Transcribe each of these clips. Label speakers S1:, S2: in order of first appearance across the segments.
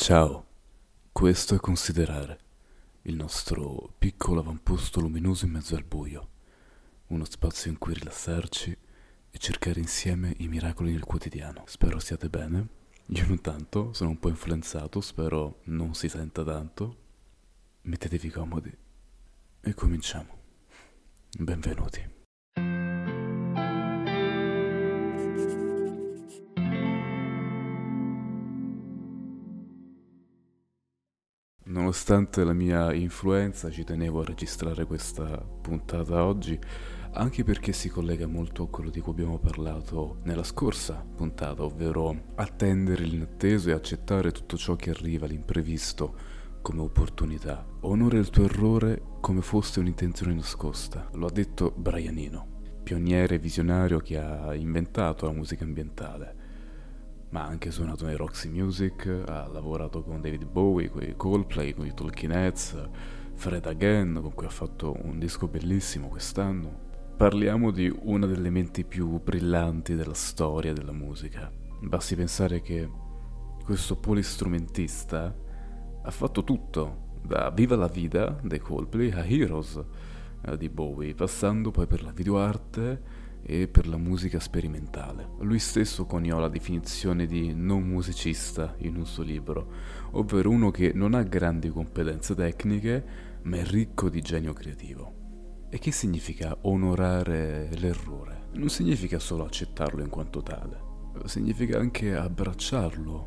S1: Ciao, questo è Considerare, il nostro piccolo avamposto luminoso in mezzo al buio, uno spazio in cui rilassarci e cercare insieme i miracoli del quotidiano. Spero stiate bene, io non tanto, sono un po' influenzato, spero non si senta tanto. Mettetevi comodi e cominciamo. Benvenuti. Nonostante la mia influenza, ci tenevo a registrare questa puntata oggi, anche perché si collega molto a quello di cui abbiamo parlato nella scorsa puntata, ovvero attendere l'inatteso e accettare tutto ciò che arriva, l'imprevisto, come opportunità. Onora il tuo errore come fosse un'intenzione nascosta. Lo ha detto Brian Eno, pioniere visionario che ha inventato la musica ambientale. Ma ha anche suonato nei Roxy Music, ha lavorato con David Bowie, con i Coldplay, con i Talking Heads, Fred Again, con cui ha fatto un disco bellissimo quest'anno. Parliamo di una delle menti più brillanti della storia della musica. Basti pensare che questo polistrumentista ha fatto tutto, da Viva la Vida dei Coldplay a Heroes di Bowie, passando poi per la videoarte e per la musica sperimentale. Lui stesso coniò la definizione di non musicista in un suo libro, ovvero uno che non ha grandi competenze tecniche, ma è ricco di genio creativo. E che significa onorare l'errore? Non significa solo accettarlo in quanto tale, significa anche abbracciarlo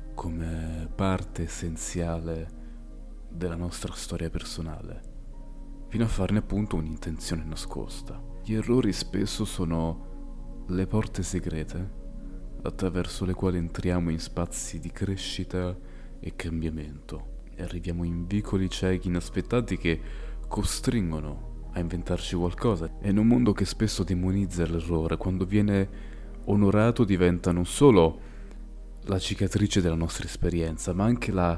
S1: come parte essenziale della nostra storia personale, fino a farne appunto un'intenzione nascosta. Gli errori spesso sono le porte segrete attraverso le quali entriamo in spazi di crescita e cambiamento e arriviamo in vicoli ciechi inaspettati che costringono a inventarci qualcosa. E in un mondo che spesso demonizza l'errore, quando viene onorato diventa non solo la cicatrice della nostra esperienza, ma anche la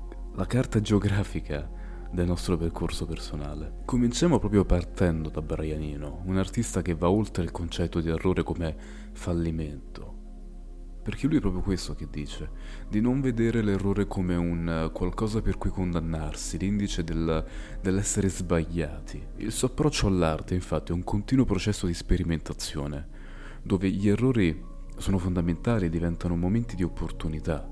S1: carta geografica del nostro percorso personale. Cominciamo proprio partendo da Brian Eno, un artista che va oltre il concetto di errore come fallimento. Perché lui è proprio questo che dice, di non vedere l'errore come un qualcosa per cui condannarsi, l'indice dell'essere sbagliati. Il suo approccio all'arte, infatti, è un continuo processo di sperimentazione, dove gli errori sono fondamentali e diventano momenti di opportunità.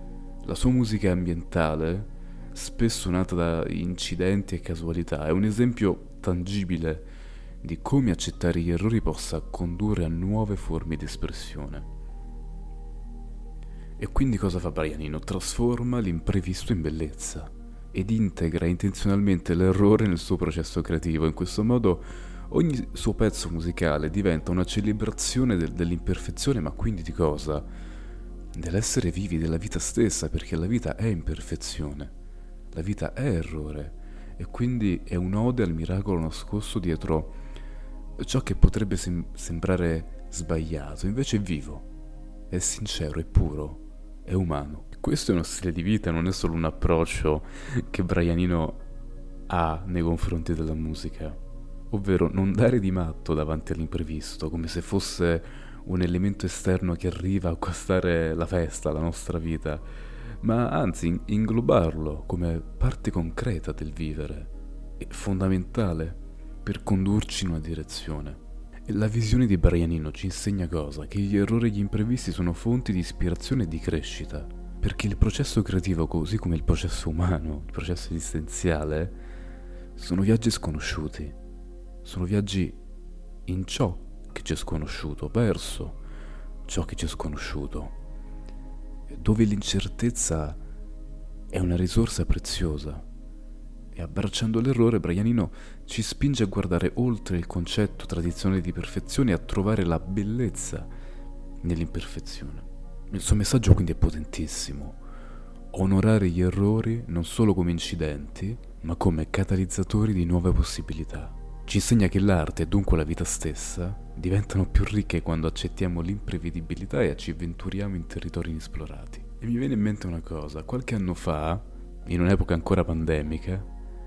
S1: La sua musica ambientale, spesso nata da incidenti e casualità, è un esempio tangibile di come accettare gli errori possa condurre a nuove forme di espressione. E quindi cosa fa Brian Eno? Trasforma l'imprevisto in bellezza ed integra intenzionalmente l'errore nel suo processo creativo. In questo modo ogni suo pezzo musicale diventa una celebrazione dell'imperfezione, ma quindi di cosa? Dell'essere vivi, della vita stessa, perché la vita è imperfezione. La vita è errore e quindi è un'ode al miracolo nascosto dietro ciò che potrebbe sembrare sbagliato, invece è vivo, è sincero, è puro, è umano. Questo è uno stile di vita, non è solo un approccio che Brian Eno ha nei confronti della musica, ovvero non dare di matto davanti all'imprevisto, come se fosse un elemento esterno che arriva a guastare la festa, la nostra vita, ma anzi inglobarlo come parte concreta del vivere, è fondamentale per condurci in una direzione. E la visione di Brian Eno ci insegna cosa? Che gli errori e gli imprevisti sono fonti di ispirazione e di crescita, perché il processo creativo, così come il processo umano, il processo esistenziale, sono viaggi sconosciuti, sono viaggi in ciò che ci è sconosciuto, verso ciò che ci è sconosciuto, dove l'incertezza è una risorsa preziosa. E abbracciando l'errore, Brian Eno ci spinge a guardare oltre il concetto tradizionale di perfezione e a trovare la bellezza nell'imperfezione. Il suo messaggio quindi è potentissimo: onorare gli errori non solo come incidenti, ma come catalizzatori di nuove possibilità. Ci insegna che l'arte e dunque la vita stessa diventano più ricche quando accettiamo l'imprevedibilità e ci avventuriamo in territori inesplorati. E mi viene in mente una cosa: qualche anno fa, in un'epoca ancora pandemica,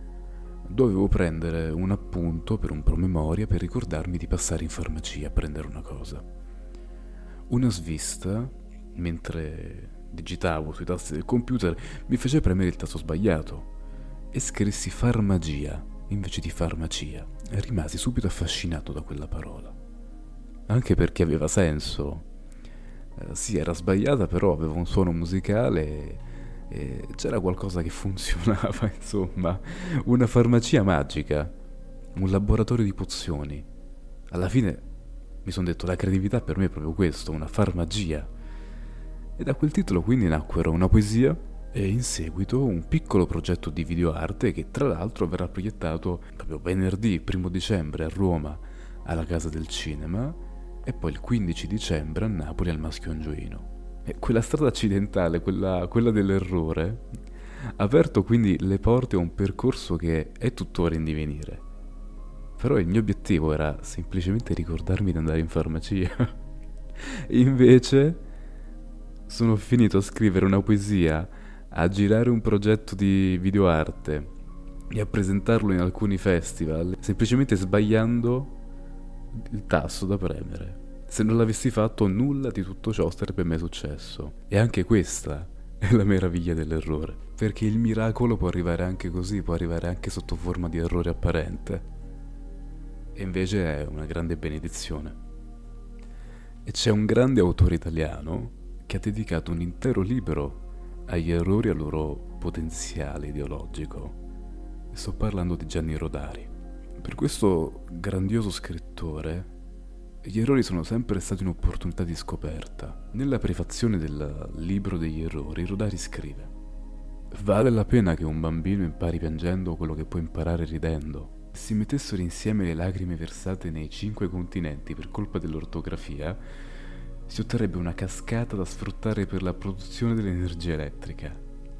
S1: dovevo prendere un appunto per un promemoria per ricordarmi di passare in farmacia a prendere una cosa. Una svista, mentre digitavo sui tasti del computer, mi fece premere il tasto sbagliato e scrissi farmagia invece di farmacia e rimasi subito affascinato da quella parola. Anche perché aveva senso. Sì, era sbagliata, però aveva un suono musicale e c'era qualcosa che funzionava, insomma. Una farmacia magica, un laboratorio di pozioni. Alla fine mi sono detto, la creatività per me è proprio questo, una farmacia. E da quel titolo quindi nacquero una poesia e in seguito un piccolo progetto di videoarte che tra l'altro verrà proiettato proprio venerdì 1° dicembre a Roma alla Casa del Cinema e poi il 15 dicembre a Napoli al Maschio Angioino. E quella strada accidentale, quella dell'errore, ha aperto quindi le porte a un percorso che è tuttora in divenire. Però il mio obiettivo era semplicemente ricordarmi di andare in farmacia. E invece sono finito a scrivere una poesia, a girare un progetto di videoarte e a presentarlo in alcuni festival, semplicemente sbagliando il tasto da premere. Se non l'avessi fatto, nulla di tutto ciò sarebbe mai successo. E anche questa è la meraviglia dell'errore, perché il miracolo può arrivare anche così, può arrivare anche sotto forma di errore apparente. E invece è una grande benedizione. E c'è un grande autore italiano che ha dedicato un intero libro agli errori e al loro potenziale ideologico. E sto parlando di Gianni Rodari. Per questo grandioso scrittore, gli errori sono sempre stati un'opportunità di scoperta. Nella prefazione del libro degli errori, Rodari scrive: vale la pena che un bambino impari piangendo quello che può imparare ridendo. Se si mettessero insieme le lacrime versate nei 5 continenti per colpa dell'ortografia, si otterrebbe una cascata da sfruttare per la produzione dell'energia elettrica.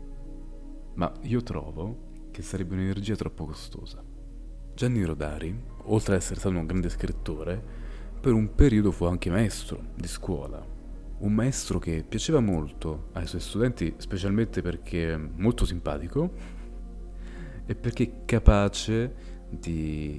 S1: Ma io trovo che sarebbe un'energia troppo costosa. Gianni Rodari, oltre ad essere stato un grande scrittore, per un periodo fu anche maestro di scuola. Un maestro che piaceva molto ai suoi studenti, specialmente perché è molto simpatico e perché è capace di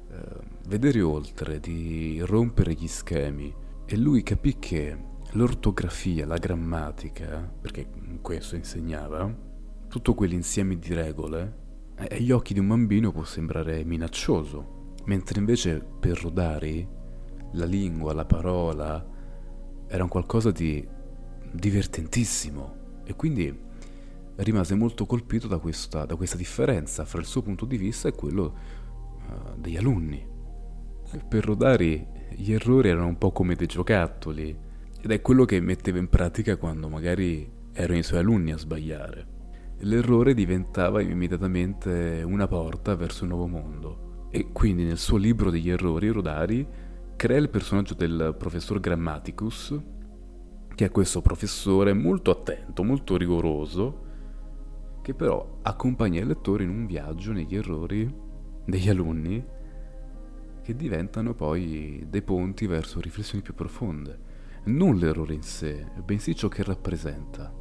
S1: vedere oltre, di rompere gli schemi. E lui capì che l'ortografia, la grammatica, perché questo insegnava, tutto quell'insieme di regole, agli occhi di un bambino può sembrare minaccioso, mentre invece per Rodari la lingua, la parola era un qualcosa di divertentissimo e quindi rimase molto colpito da questa differenza fra il suo punto di vista e quello degli alunni. Per Rodari gli errori erano un po' come dei giocattoli ed è quello che metteva in pratica quando magari erano i suoi alunni a sbagliare. L'errore diventava immediatamente una porta verso un nuovo mondo e quindi nel suo libro degli errori Rodari crea il personaggio del professor Grammaticus, che è questo professore molto attento, molto rigoroso, che però accompagna il lettore in un viaggio negli errori degli alunni che diventano poi dei ponti verso riflessioni più profonde. Non l'errore in sé, bensì ciò che rappresenta.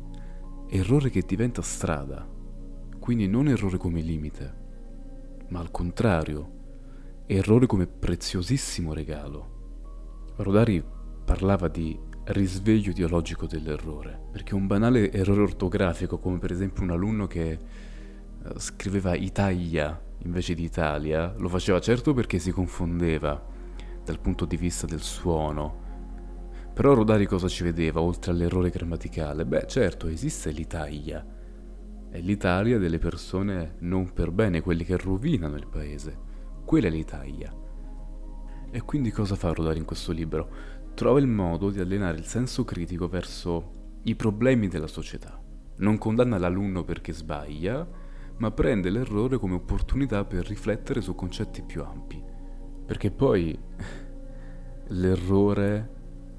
S1: Errore che diventa strada, quindi non errore come limite, ma al contrario, errore come preziosissimo regalo. Rodari parlava di risveglio ideologico dell'errore, perché un banale errore ortografico, come per esempio un alunno che scriveva Italia invece di Italia, lo faceva certo perché si confondeva dal punto di vista del suono. Però Rodari cosa ci vedeva oltre all'errore grammaticale? Beh, certo, esiste l'Italia. È l'Italia delle persone non per bene, quelli che rovinano il paese. Quella è l'Italia. E quindi cosa fa Rodari in questo libro? Trova il modo di allenare il senso critico verso i problemi della società. Non condanna l'alunno perché sbaglia, ma prende l'errore come opportunità per riflettere su concetti più ampi. Perché poi l'errore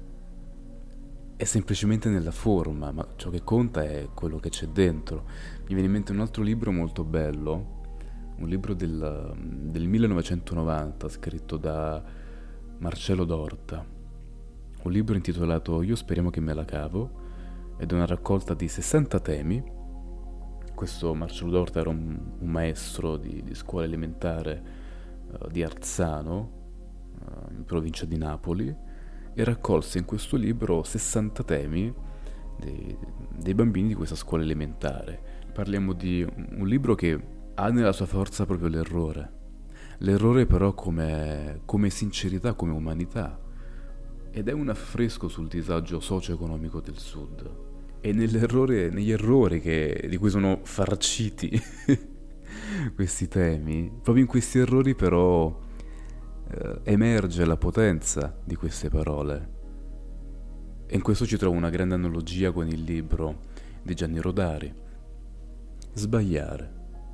S1: è semplicemente nella forma, ma ciò che conta è quello che c'è dentro. Mi viene in mente un altro libro molto bello, un libro del 1990 scritto da Marcello Dorta, un libro intitolato Io speriamo che me la cavo, ed è una raccolta di 60 temi. Questo Marcello Dorta era un maestro di scuola elementare di Arzano, in provincia di Napoli, e raccolse in questo libro 60 temi dei, dei bambini di questa scuola elementare. Parliamo di un libro che ha nella sua forza proprio l'errore. L'errore però come sincerità, come umanità. Ed è un affresco sul disagio socio-economico del Sud. E negli errori di cui sono farciti questi temi, proprio in questi errori però emerge la potenza di queste parole. E in questo ci trovo una grande analogia con il libro di Gianni Rodari. Sbagliare.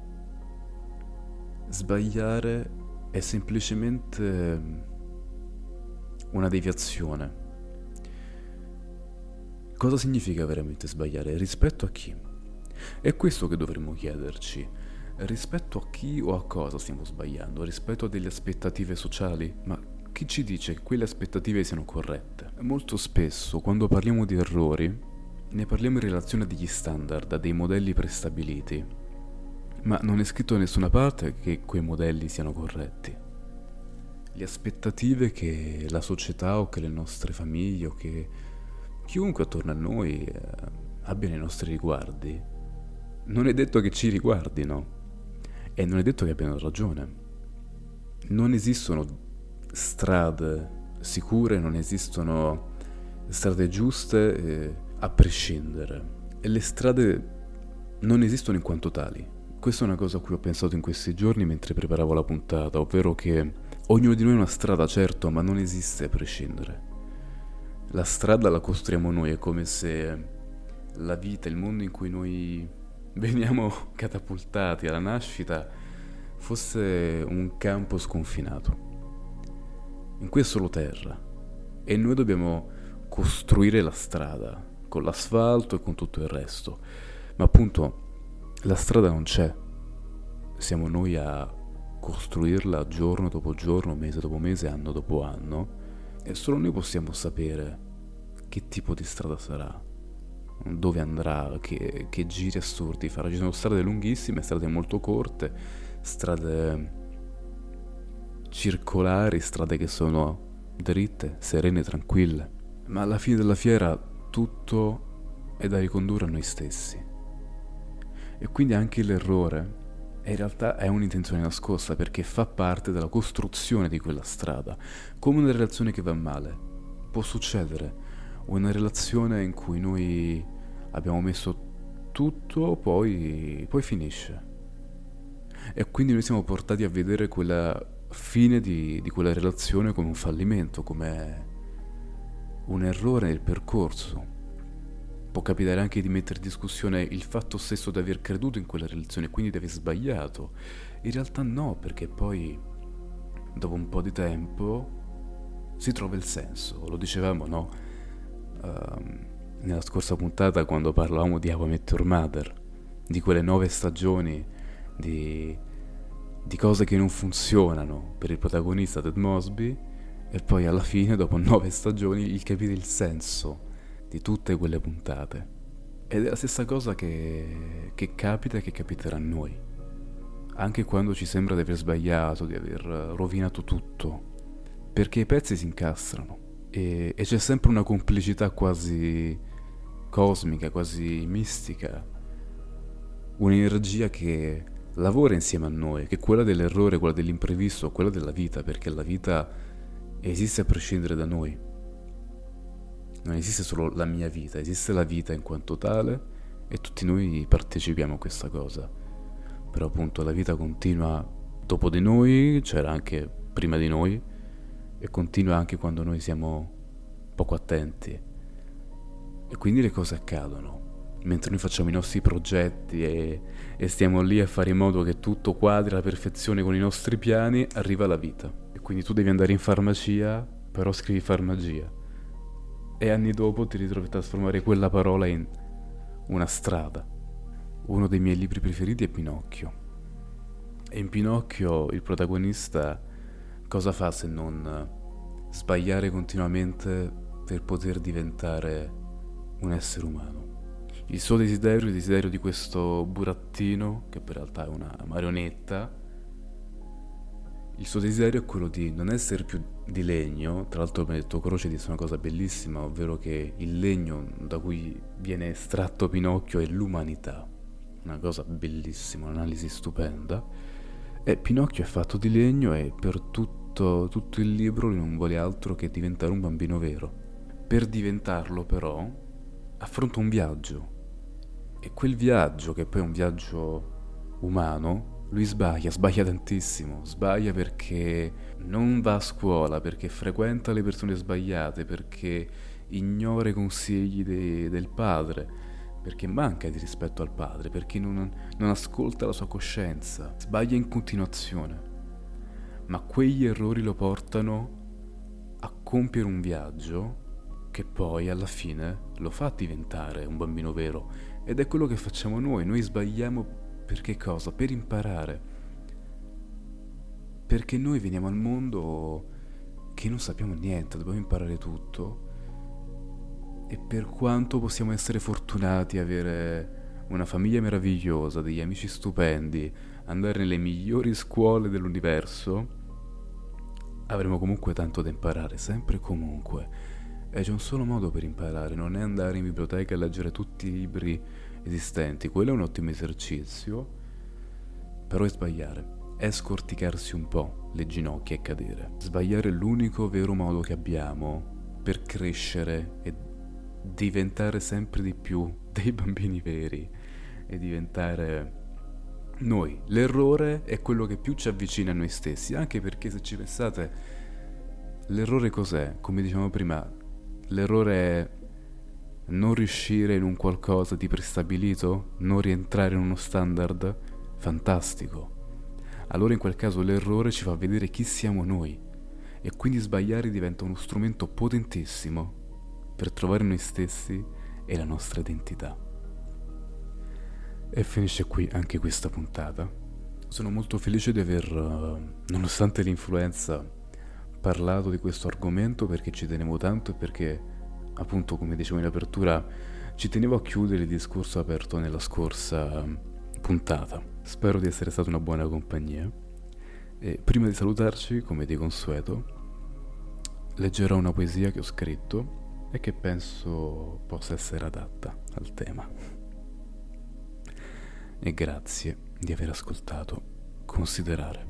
S1: Sbagliare è semplicemente una deviazione. Cosa significa veramente sbagliare? Rispetto a chi? È questo che dovremmo chiederci. Rispetto a chi o a cosa stiamo sbagliando? Rispetto a delle aspettative sociali? Ma chi ci dice che quelle aspettative siano corrette? Molto spesso, quando parliamo di errori, ne parliamo in relazione a degli standard, a dei modelli prestabiliti. Ma non è scritto da nessuna parte che quei modelli siano corretti. Le aspettative che la società o che le nostre famiglie o che chiunque attorno a noi abbia nei nostri riguardi, non è detto che ci riguardino e non è detto che abbiano ragione. Non esistono strade sicure, non esistono strade giuste a prescindere, e le strade non esistono in quanto tali. Questa è una cosa a cui ho pensato in questi giorni mentre preparavo la puntata, ovvero che ognuno di noi ha una strada, certo, ma non esiste a prescindere. La strada la costruiamo noi, è come se la vita, il mondo in cui noi veniamo catapultati alla nascita fosse un campo sconfinato. In cui è solo terra e noi dobbiamo costruire la strada con l'asfalto e con tutto il resto. Ma appunto la strada non c'è. Siamo noi a costruirla giorno dopo giorno, mese dopo mese, anno dopo anno, e solo noi possiamo sapere che tipo di strada sarà, dove andrà, che giri assurdi farà. Ci sono strade lunghissime, strade molto corte, strade circolari, strade che sono dritte, serene, tranquille. Ma alla fine della fiera tutto è da ricondurre a noi stessi. E quindi anche l'errore in realtà è un'intenzione nascosta, perché fa parte della costruzione di quella strada. Come una relazione che va male. Può succedere. Una relazione in cui noi abbiamo messo tutto, poi finisce. E quindi noi siamo portati a vedere quella fine di quella relazione come un fallimento, come un errore nel percorso. Può capitare anche di mettere in discussione il fatto stesso di aver creduto in quella relazione, quindi di aver sbagliato. In realtà no, perché poi dopo un po' di tempo si trova il senso. Lo dicevamo, no? Nella scorsa puntata, quando parlavamo di How I Met Your Mother, di quelle 9 stagioni di cose che non funzionano per il protagonista Ted Mosby, e poi alla fine, dopo 9 stagioni, gli capite il senso di tutte quelle puntate. Ed è la stessa cosa che capita e che capiterà a noi, anche quando ci sembra di aver sbagliato, di aver rovinato tutto, perché i pezzi si incastrano e c'è sempre una complicità quasi cosmica, quasi mistica, un'energia che lavora insieme a noi, che è quella dell'errore, quella dell'imprevisto, quella della vita, perché la vita esiste a prescindere da noi. Non esiste solo la mia vita, esiste la vita in quanto tale e tutti noi partecipiamo a questa cosa. Però appunto la vita continua dopo di noi, c'era anche prima di noi, e continua anche quando noi siamo poco attenti. E quindi le cose accadono. Mentre noi facciamo i nostri progetti e stiamo lì a fare in modo che tutto quadri alla perfezione con i nostri piani, arriva la vita. E quindi tu devi andare in farmacia, però scrivi farmacia. E anni dopo ti ritrovi a trasformare quella parola in una strada. Uno dei miei libri preferiti è Pinocchio. E in Pinocchio il protagonista cosa fa se non sbagliare continuamente per poter diventare un essere umano? Il suo desiderio, il desiderio di questo burattino, che per realtà è una marionetta, Il suo desiderio è quello di non essere più di legno, tra l'altro mi ha detto Croce disse una cosa bellissima, ovvero che il legno da cui viene estratto Pinocchio è l'umanità, una cosa bellissima, un'analisi stupenda, e Pinocchio è fatto di legno e per tutto il libro lui non vuole altro che diventare un bambino vero. Per diventarlo però affronta un viaggio, e quel viaggio, che poi è un viaggio umano, lui sbaglia tantissimo, sbaglia perché non va a scuola, perché frequenta le persone sbagliate, perché ignora i consigli del padre, perché manca di rispetto al padre, perché non ascolta la sua coscienza, sbaglia in continuazione. Ma quegli errori lo portano a compiere un viaggio che poi alla fine lo fa diventare un bambino vero. Ed è quello che facciamo noi sbagliamo per che cosa? Per imparare. Perché noi veniamo al mondo che non sappiamo niente, dobbiamo imparare tutto. E per quanto possiamo essere fortunati, avere una famiglia meravigliosa, degli amici stupendi, andare nelle migliori scuole dell'universo, avremo comunque tanto da imparare, sempre e comunque. E c'è un solo modo per imparare, non è andare in biblioteca e leggere tutti i libri esistenti, quello è un ottimo esercizio, però è sbagliare, è scorticarsi un po' le ginocchia e cadere. Sbagliare è l'unico vero modo che abbiamo per crescere e diventare sempre di più dei bambini veri e diventare noi. L'errore è quello che più ci avvicina a noi stessi, anche perché se ci pensate, l'errore cos'è? Come dicevamo prima, l'errore è non riuscire in un qualcosa di prestabilito, non rientrare in uno standard fantastico. Allora in quel caso l'errore ci fa vedere chi siamo noi e quindi sbagliare diventa uno strumento potentissimo per trovare noi stessi e la nostra identità. E finisce qui anche questa puntata. Sono molto felice di aver, nonostante l'influenza, parlato di questo argomento perché ci tenevo tanto e perché, appunto, come dicevo in apertura, ci tenevo a chiudere il discorso aperto nella scorsa puntata. Spero di essere stata una buona compagnia e prima di salutarci, come di consueto, leggerò una poesia che ho scritto e che penso possa essere adatta al tema. E grazie di aver ascoltato Considerare.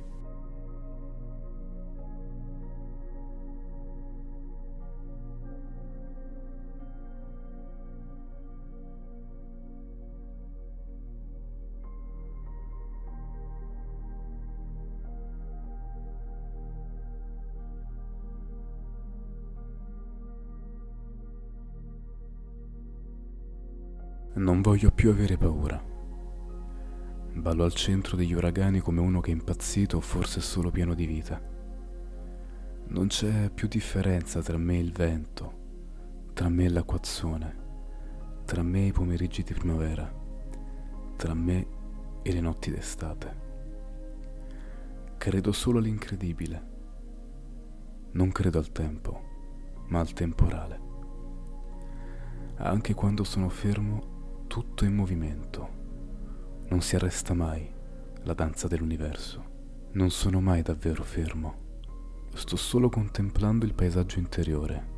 S1: Non voglio più avere paura. Ballo al centro degli uragani come uno che è impazzito o forse è solo pieno di vita. Non c'è più differenza tra me e il vento, tra me e l'acquazzone, tra me e i pomeriggi di primavera, tra me e le notti d'estate. Credo solo all'incredibile. Non credo al tempo, ma al temporale. Anche quando sono fermo, tutto è in movimento. Non si arresta mai la danza dell'universo. Non sono mai davvero fermo. Sto solo contemplando il paesaggio interiore.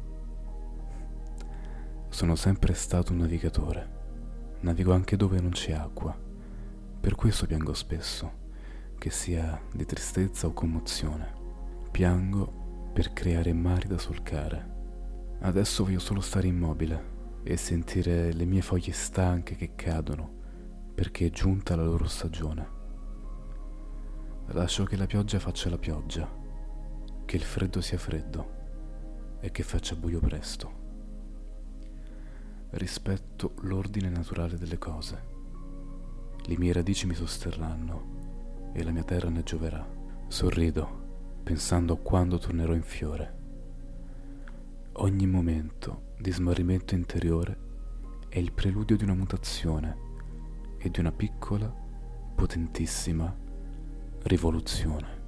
S1: Sono sempre stato un navigatore. Navigo anche dove non c'è acqua. Per questo piango spesso, che sia di tristezza o commozione. Piango per creare mari da solcare. Adesso voglio solo stare immobile e sentire le mie foglie stanche che cadono perché è giunta la loro stagione. Lascio che la pioggia faccia la pioggia, che il freddo sia freddo e che faccia buio presto. Rispetto l'ordine naturale delle cose. Le mie radici mi sosterranno e la mia terra ne gioverà. Sorrido pensando a quando tornerò in fiore. Ogni momento di smarrimento interiore è il preludio di una mutazione e di una piccola, potentissima rivoluzione.